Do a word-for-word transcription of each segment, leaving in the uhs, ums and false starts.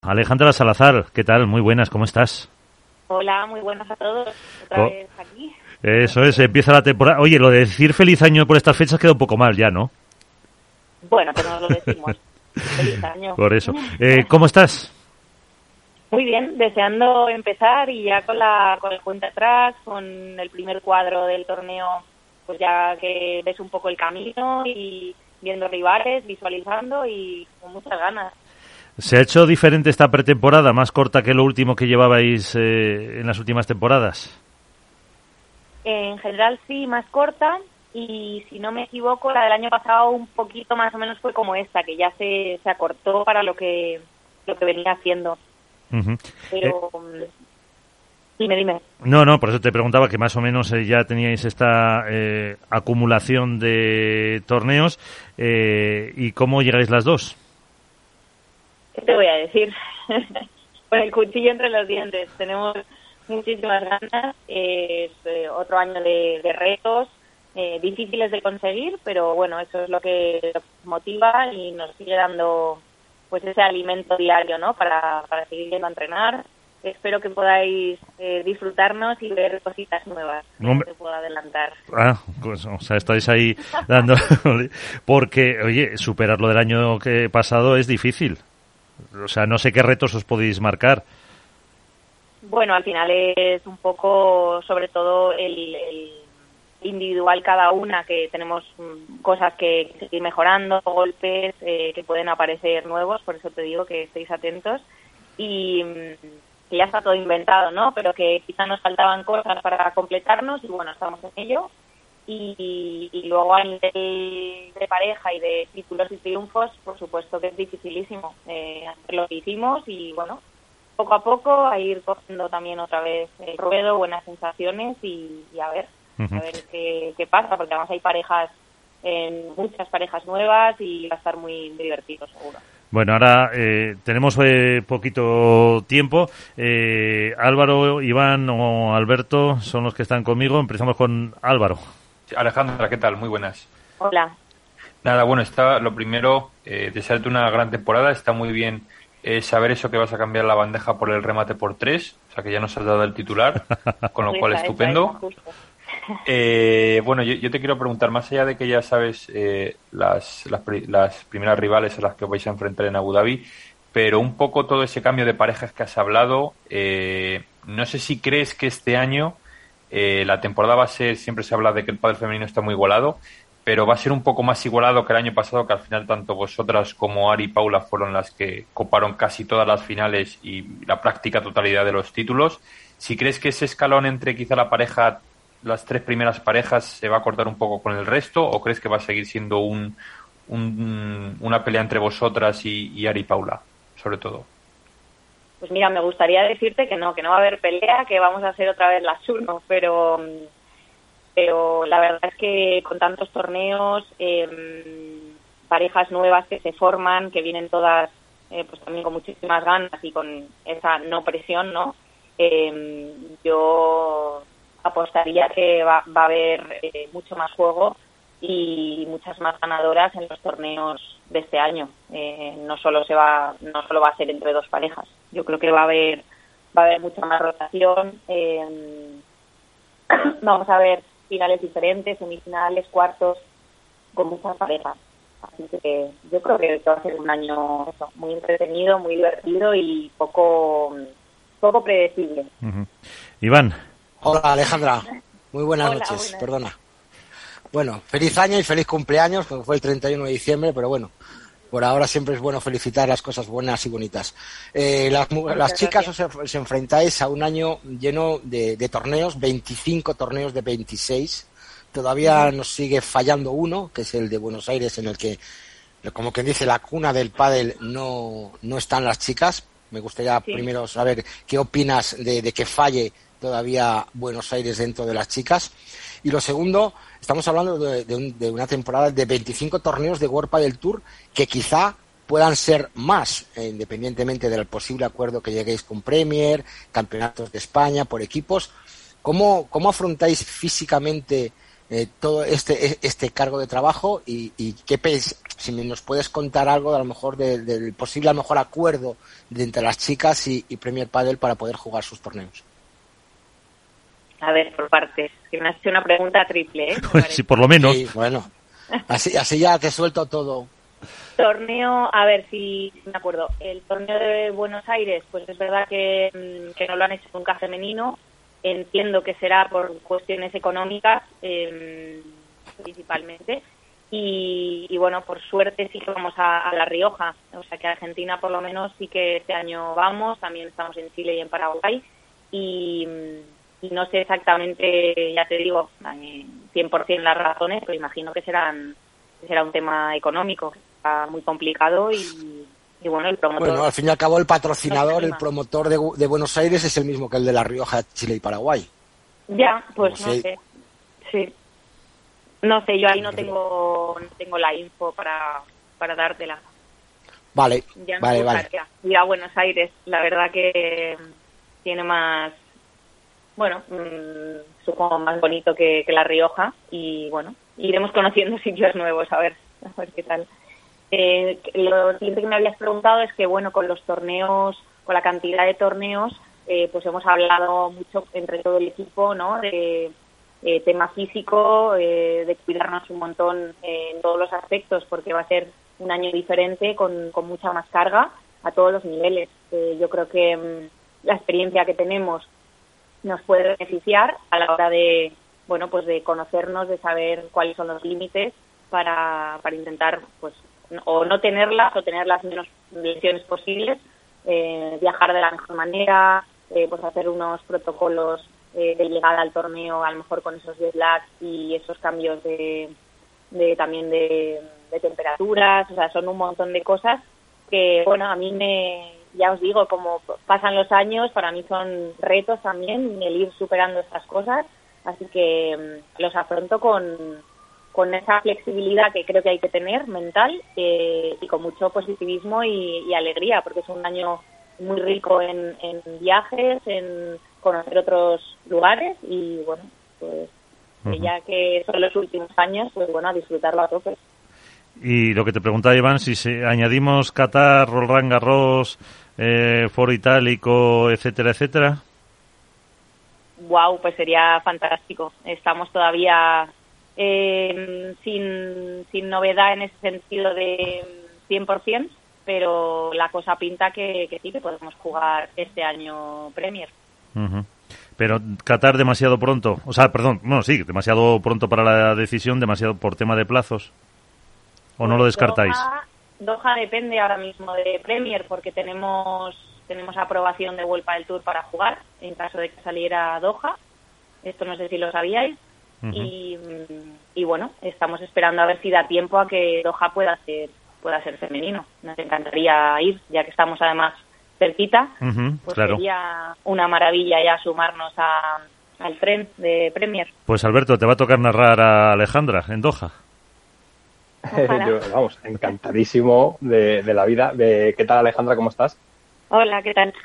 Alejandra Salazar, ¿qué tal? Muy buenas, ¿cómo estás? Hola, muy buenas a todos. Otra oh. vez aquí. Eso es, empieza la temporada. Oye, lo de decir feliz año por estas fechas queda un poco mal ya, ¿no? Bueno, pero nos lo decimos. Feliz año. Por eso. Eh, ¿Cómo estás? Muy bien, deseando empezar y ya con la con el cuenta atrás, con el primer cuadro del torneo, pues ya que ves un poco el camino y viendo rivales, visualizando y con muchas ganas. ¿Se ha hecho diferente esta pretemporada, más corta que lo último que llevabais eh, en las últimas temporadas? En general sí, más corta, y si no me equivoco, la del año pasado un poquito más o menos fue como esta, que ya se, se acortó para lo que lo que venía haciendo. Uh-huh. Pero... Eh... Dime, dime. No, no, por eso te preguntaba que más o menos eh, ya teníais esta eh, acumulación de torneos. Eh, ¿Y cómo llegáis las dos? ¿Qué te voy a decir? Con el cuchillo entre los dientes. Tenemos muchísimas ganas. Eh, es eh, otro año de, de retos eh, difíciles de conseguir, pero bueno, eso es lo que nos motiva y nos sigue dando pues ese alimento diario, ¿no? Para, para seguir yendo a entrenar. Espero que podáis eh, disfrutarnos y ver cositas nuevas. No te puedo adelantar. Ah, pues, o sea, estáis ahí dando... Porque, oye, superar lo del año que pasado es difícil. O sea, no sé qué retos os podéis marcar. Bueno, al final es un poco, sobre todo, el, el individual cada una, que tenemos cosas que seguir mejorando, golpes eh, que pueden aparecer nuevos, por eso te digo que estéis atentos. Y que ya está todo inventado, ¿no? Pero que quizá nos faltaban cosas para completarnos y bueno, estamos en ello. Y, y luego a nivel de pareja y de títulos y triunfos, por supuesto que es dificilísimo eh, hacer lo que hicimos y bueno, poco a poco a ir cogiendo también otra vez el ruedo, buenas sensaciones y, y a ver, uh-huh. a ver qué, qué pasa, porque además hay parejas, eh, muchas parejas nuevas y va a estar muy, muy divertido seguro. Bueno, ahora eh, tenemos eh, poquito tiempo. Eh, Álvaro, Iván o Alberto son los que están conmigo. Empezamos con Álvaro. Alejandra, ¿qué tal? Muy buenas. Hola. Nada, bueno, está lo primero, eh, desearte una gran temporada. Está muy bien eh, saber eso, que vas a cambiar la bandeja por el remate por tres, o sea que ya nos has dado el titular, con lo cual estupendo. Eh, bueno, yo, yo te quiero preguntar, más allá de que ya sabes eh, las, las, las primeras rivales a las que os vais a enfrentar en Abu Dhabi, pero un poco todo ese cambio de parejas que has hablado, eh, no sé si crees que este año eh, la temporada va a ser, siempre se habla de que el pádel femenino está muy igualado, pero va a ser un poco más igualado que el año pasado, que al final tanto vosotras como Ari y Paula fueron las que coparon casi todas las finales y la práctica totalidad de los títulos. Si crees que ese escalón entre quizá la pareja, las tres primeras parejas, se va a cortar un poco con el resto, o crees que va a seguir siendo un, un una pelea entre vosotras y, y Ari y Paula, sobre todo? Pues mira, me gustaría decirte que no, que no va a haber pelea, que vamos a hacer otra vez las uno, pero pero la verdad es que con tantos torneos, eh, parejas nuevas que se forman, que vienen todas eh, pues también con muchísimas ganas y con esa no presión, ¿no? Eh, yo apostaría que va, va a haber eh, mucho más juego y muchas más ganadoras en los torneos de este año. Eh, no solo se va, no solo va a ser entre dos parejas. Yo creo que va a haber, va a haber mucha más rotación. Eh, vamos a ver finales diferentes, semifinales, cuartos, con muchas parejas. Así que yo creo que va a ser un año eso, muy entretenido, muy divertido y poco, poco predecible. Uh-huh. Iván. Hola Alejandra, muy buenas Hola, noches, buenas. Perdona. Bueno, feliz año y feliz cumpleaños, porque fue el treinta y uno de diciembre, pero bueno, por ahora siempre es bueno felicitar las cosas buenas y bonitas. Eh, las, las chicas os, os enfrentáis a un año lleno de, de torneos, veinticinco torneos de veintiséis. Todavía uh-huh. nos sigue fallando uno, que es el de Buenos Aires, en el que, como quien dice, la cuna del pádel no, no están las chicas. Me gustaría sí. primero saber qué opinas de, de que falle todavía Buenos Aires dentro de las chicas. Y lo segundo, estamos hablando de, de, un, de una temporada de veinticinco torneos de World Padel Tour que quizá puedan ser más, eh, independientemente del posible acuerdo que lleguéis con Premier, campeonatos de España por equipos. ¿Cómo, cómo afrontáis físicamente eh, todo este este cargo de trabajo y, y qué pens si nos puedes contar algo a lo mejor del de, de posible a lo mejor acuerdo de entre las chicas y, y Premier Padel para poder jugar sus torneos. A ver, por partes, que me has hecho una pregunta triple, ¿eh? Sí, por lo menos. Sí, bueno, así, así ya te suelto todo. Torneo, a ver si me acuerdo, el torneo de Buenos Aires, pues es verdad que, que no lo han hecho nunca femenino, entiendo que será por cuestiones económicas eh, principalmente, y, y bueno, por suerte sí que vamos a, a La Rioja, o sea que Argentina por lo menos sí que este año vamos, también estamos en Chile y en Paraguay, y... y no sé exactamente, ya te digo, cien por ciento las razones, pero imagino que serán que será un tema económico, que está muy complicado y, y bueno, el promotor... Bueno, al fin y al cabo el patrocinador, el promotor de, de Buenos Aires es el mismo que el de La Rioja, Chile y Paraguay. Ya, pues no no sé. sé. Sí. No sé, yo ahí no tengo no tengo la info para, para dártela. Vale, ya vale, vale. Ir a Buenos Aires, la verdad que tiene más... bueno, mmm, supongo más bonito que, que La Rioja y bueno, iremos conociendo sitios nuevos a ver, a ver qué tal. Eh, lo siguiente que me habías preguntado es que bueno, con los torneos, con la cantidad de torneos, eh, pues hemos hablado mucho entre todo el equipo, ¿no? De eh, tema físico, eh, de cuidarnos un montón eh, en todos los aspectos porque va a ser un año diferente con, con mucha más carga a todos los niveles. Eh, yo creo que mmm, la experiencia que tenemos nos puede beneficiar a la hora de, bueno, pues de conocernos, de saber cuáles son los límites para, para intentar, pues, o no tenerlas o tener las menos lesiones posibles, eh, viajar de la mejor manera, eh, pues hacer unos protocolos eh, de llegada al torneo, a lo mejor con esos jet lags y esos cambios de, de también de, de temperaturas, o sea, son un montón de cosas que, bueno, a mí me... ya os digo, como pasan los años, para mí son retos también el ir superando estas cosas, así que um, los afronto con, con esa flexibilidad que creo que hay que tener mental eh, y con mucho positivismo y, y alegría, porque es un año muy rico en, en viajes, en conocer otros lugares y bueno, pues uh-huh. ya que son los últimos años, pues bueno, a disfrutarlo a tope. Y lo que te preguntaba Iván, si se, añadimos Qatar, Roland Garros, eh, Foro Itálico, etcétera, etcétera. Wow, pues sería fantástico. Estamos todavía eh, sin, sin novedad en ese sentido de cien por ciento, pero la cosa pinta que, que sí, que podemos jugar este año Premier. Uh-huh. Pero Qatar demasiado pronto, o sea, perdón, bueno, sí, demasiado pronto para la decisión, demasiado por tema de plazos. ¿O no lo descartáis? Doha, Doha depende ahora mismo de Premier porque tenemos tenemos aprobación de World Padel Tour para jugar en caso de que saliera Doha. Esto no sé si lo sabíais. Uh-huh. y, y bueno, estamos esperando a ver si da tiempo a que Doha pueda ser pueda ser femenino. Nos encantaría ir, ya que estamos además cerquita. Uh-huh, pues claro. Sería una maravilla ya sumarnos a, al tren de Premier. Pues Alberto, te va a tocar narrar a Alejandra en Doha. Yo, vamos, encantadísimo de, de la vida. De, ¿Qué tal, Alejandra? ¿Cómo estás? Hola, ¿qué tal?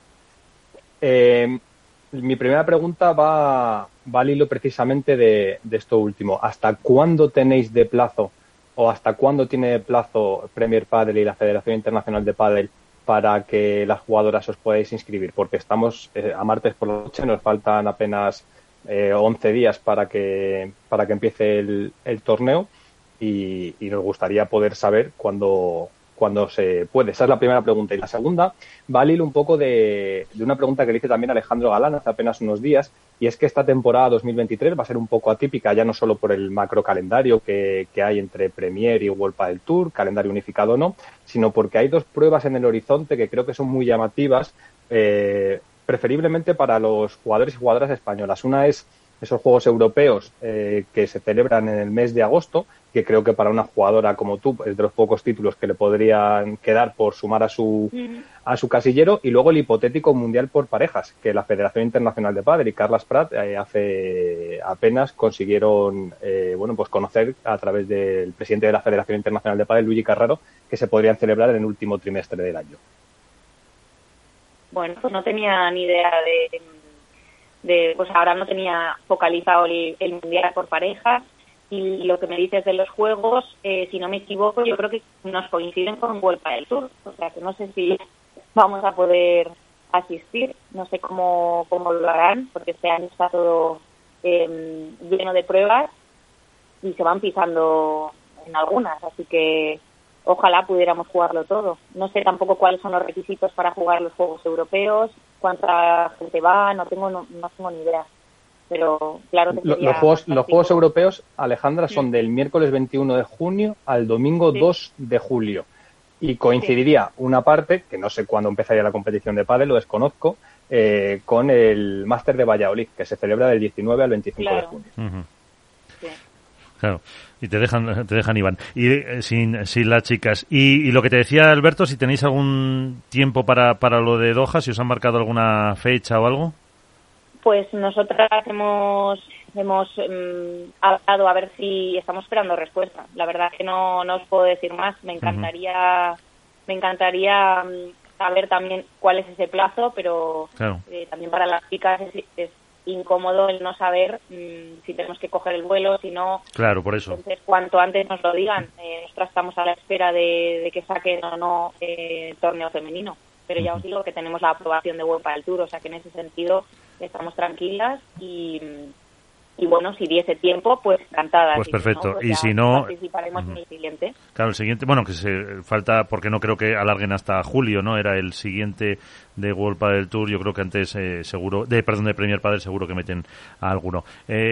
Eh, mi primera pregunta va, va al hilo precisamente de, de esto último. ¿Hasta cuándo tenéis de plazo o hasta cuándo tiene de plazo Premier Padel y la Federación Internacional de Padel para que las jugadoras os podáis inscribir? Porque estamos eh, a martes por la noche, nos faltan apenas eh, once días para que, para que empiece el, el torneo. Y, y nos gustaría poder saber cuándo, cuándo se puede. Esa es la primera pregunta. Y la segunda va al hilo un poco de, de una pregunta que le hice también a Alejandro Galán hace apenas unos días, y es que esta temporada dos mil veintitrés va a ser un poco atípica, ya no solo por el macrocalendario que, que hay entre Premier y World Padel Tour, calendario unificado o no, sino porque hay dos pruebas en el horizonte que creo que son muy llamativas, eh, preferiblemente para los jugadores y jugadoras españolas. Una es esos Juegos Europeos eh, que se celebran en el mes de agosto, que creo que para una jugadora como tú es de los pocos títulos que le podrían quedar por sumar a su a su casillero, y luego el hipotético Mundial por parejas, que la Federación Internacional de Pádel y Carles Prat eh, hace apenas consiguieron eh, bueno pues conocer a través del presidente de la Federación Internacional de Pádel, Luigi Carraro, que se podrían celebrar en el último trimestre del año. Bueno, pues no tenía ni idea de de pues ahora no tenía focalizado el, el mundial por parejas. Y lo que me dices de los juegos, eh, si no me equivoco, yo creo que nos coinciden con Vuelta del Tour. O sea, que no sé si vamos a poder asistir. No sé cómo, cómo lo harán, porque este año está todo eh, lleno de pruebas y se van pisando en algunas. Así que ojalá pudiéramos jugarlo todo. No sé tampoco cuáles son los requisitos para jugar los Juegos Europeos, cuánta gente va, no tengo, no, no tengo ni idea. Pero claro que los juegos los juegos europeos, Alejandra, son sí. del miércoles veintiuno de junio al domingo sí. dos de julio y coincidiría sí. una parte, que no sé cuándo empezaría la competición de pádel, lo desconozco, eh, con el Máster de Valladolid, que se celebra del diecinueve al veinticinco claro. de junio. Uh-huh. Sí. Claro, y te dejan, te dejan Iván. Y eh, sin, sin las chicas. Y, y lo que te decía Alberto, si tenéis algún tiempo para, para lo de Doha, si os han marcado alguna fecha o algo. Pues nosotras hemos hemos um, hablado a ver si estamos esperando respuesta. La verdad que no, no os puedo decir más. Me encantaría uh-huh. me encantaría um, saber también cuál es ese plazo, pero claro. eh, también para las chicas es, es incómodo el no saber um, si tenemos que coger el vuelo, si no. Claro, por eso. Entonces, cuanto antes nos lo digan. Eh, nosotras estamos a la espera de, de que saquen o no eh, torneo femenino. Pero ya os digo que tenemos la aprobación de Vuelta del Tour, o sea que en ese sentido estamos tranquilas y, y bueno, si diese tiempo, pues encantadas. Pues perfecto, ¿no? Pues y si no... participaremos uh-huh. en el siguiente. Claro, el siguiente, bueno, que se falta, porque no creo que alarguen hasta julio, ¿no? Era el siguiente de World Padel Tour, yo creo que antes eh, seguro, de perdón, de Premier Padel seguro que meten a alguno.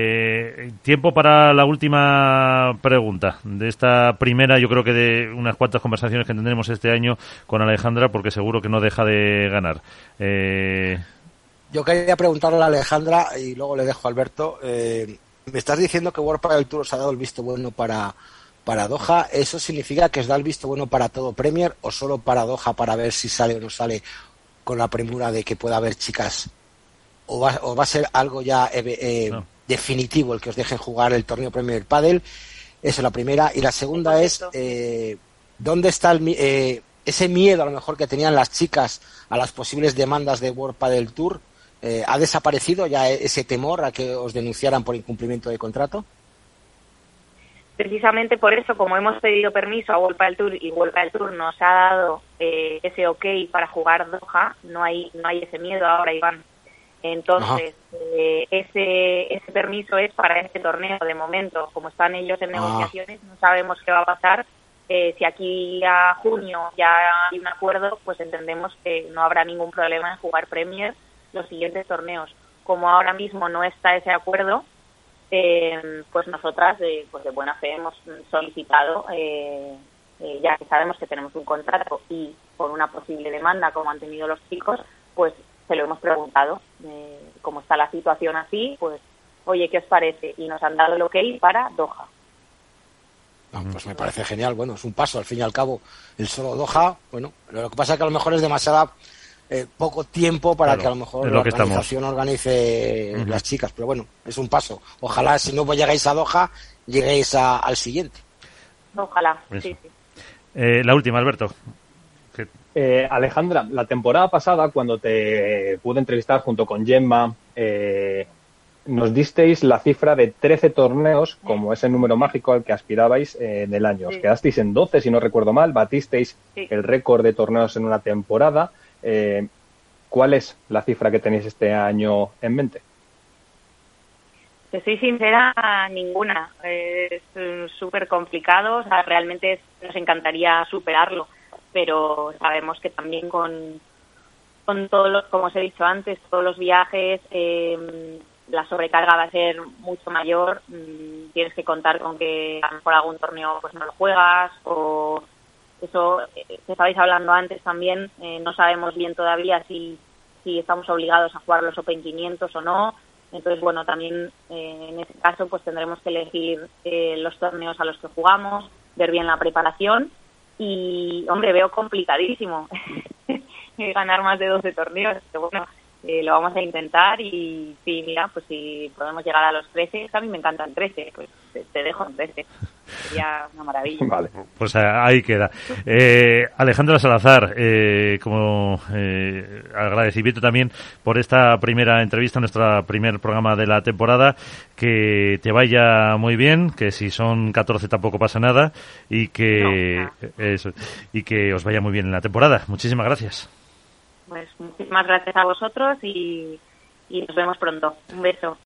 Eh, tiempo para la última pregunta de esta primera, yo creo que de unas cuantas conversaciones que tendremos este año con Alejandra, porque seguro que no deja de ganar. Eh... Yo quería preguntarle a Alejandra y luego le dejo a Alberto. Eh, me estás diciendo que World Padel Tour os ha dado el visto bueno para, para Doha. ¿Eso significa que os da el visto bueno para todo Premier o solo para Doha para ver si sale o no sale con la premura de que pueda haber chicas? ¿O va, o va a ser algo ya eh, eh, no. definitivo el que os dejen jugar el torneo Premier Padel? Esa es la primera. Y la segunda es, eh, ¿dónde está el, eh, ese miedo a lo mejor que tenían las chicas a las posibles demandas de World Padel Tour? Eh, ¿Ha desaparecido ya ese temor a que os denunciaran por incumplimiento de contrato? Precisamente por eso, como hemos pedido permiso a World Padel Tour y World Padel Tour nos ha dado eh, ese ok para jugar Doha, no hay no hay ese miedo ahora, Iván. Entonces, eh, ese ese permiso es para este torneo de momento. Como están ellos en negociaciones, no sabemos qué va a pasar. Eh, si aquí a junio ya hay un acuerdo, pues entendemos que no habrá ningún problema en jugar Premier los siguientes torneos. Como ahora mismo no está ese acuerdo, eh, pues nosotras de, pues de buena fe hemos solicitado, eh, eh, ya que sabemos que tenemos un contrato y por una posible demanda como han tenido los chicos, pues se lo hemos preguntado. Eh, como está la situación así, pues oye, ¿qué os parece? Y nos han dado el ok para Doha. No, pues me parece genial. Bueno, es un paso, al fin y al cabo, el solo Doha. Bueno, lo que pasa es que a lo mejor es demasiada Eh, poco tiempo para claro, que a lo mejor lo la organización estamos. organice uh-huh. las chicas, pero bueno, es un paso. Ojalá si no llegáis a Doha, lleguéis a, al siguiente. Ojalá, sí, sí. Eh, la última, Alberto. Eh, Alejandra, la temporada pasada, cuando te pude entrevistar junto con Gemma, eh, nos disteis la cifra de trece torneos, como ese número mágico al que aspirabais eh, en el año. Sí. Os quedasteis en doce, si no recuerdo mal, batisteis sí. el récord de torneos en una temporada. Eh, ¿Cuál es la cifra que tenéis este año en mente? Te soy sincera, ninguna. Es súper complicado, o sea, realmente es, nos encantaría superarlo, pero sabemos que también con, con todos los, como os he dicho antes, todos los viajes, eh, la sobrecarga va a ser mucho mayor. Mm, tienes que contar con que a lo mejor algún torneo pues no lo juegas o eso eh, que estabais hablando antes también, eh, no sabemos bien todavía si, si estamos obligados a jugar los Open quinientos o no. Entonces, bueno, también eh, en ese caso pues tendremos que elegir eh, los torneos a los que jugamos, ver bien la preparación y, hombre, veo complicadísimo ganar más de doce torneos. Pero bueno, eh, lo vamos a intentar y sí, mira, pues si podemos llegar a los trece, que a mí me encanta el trece, pues te, te dejo en trece. Sería una maravilla. Vale. Pues ahí queda. Eh, Alejandra Salazar, eh, como eh, agradecimiento también por esta primera entrevista, nuestro primer programa de la temporada, que te vaya muy bien, que si son catorce tampoco pasa nada y que no, no. Eso, y que os vaya muy bien en la temporada. Muchísimas gracias. Pues muchísimas gracias a vosotros y, y nos vemos pronto. Un beso.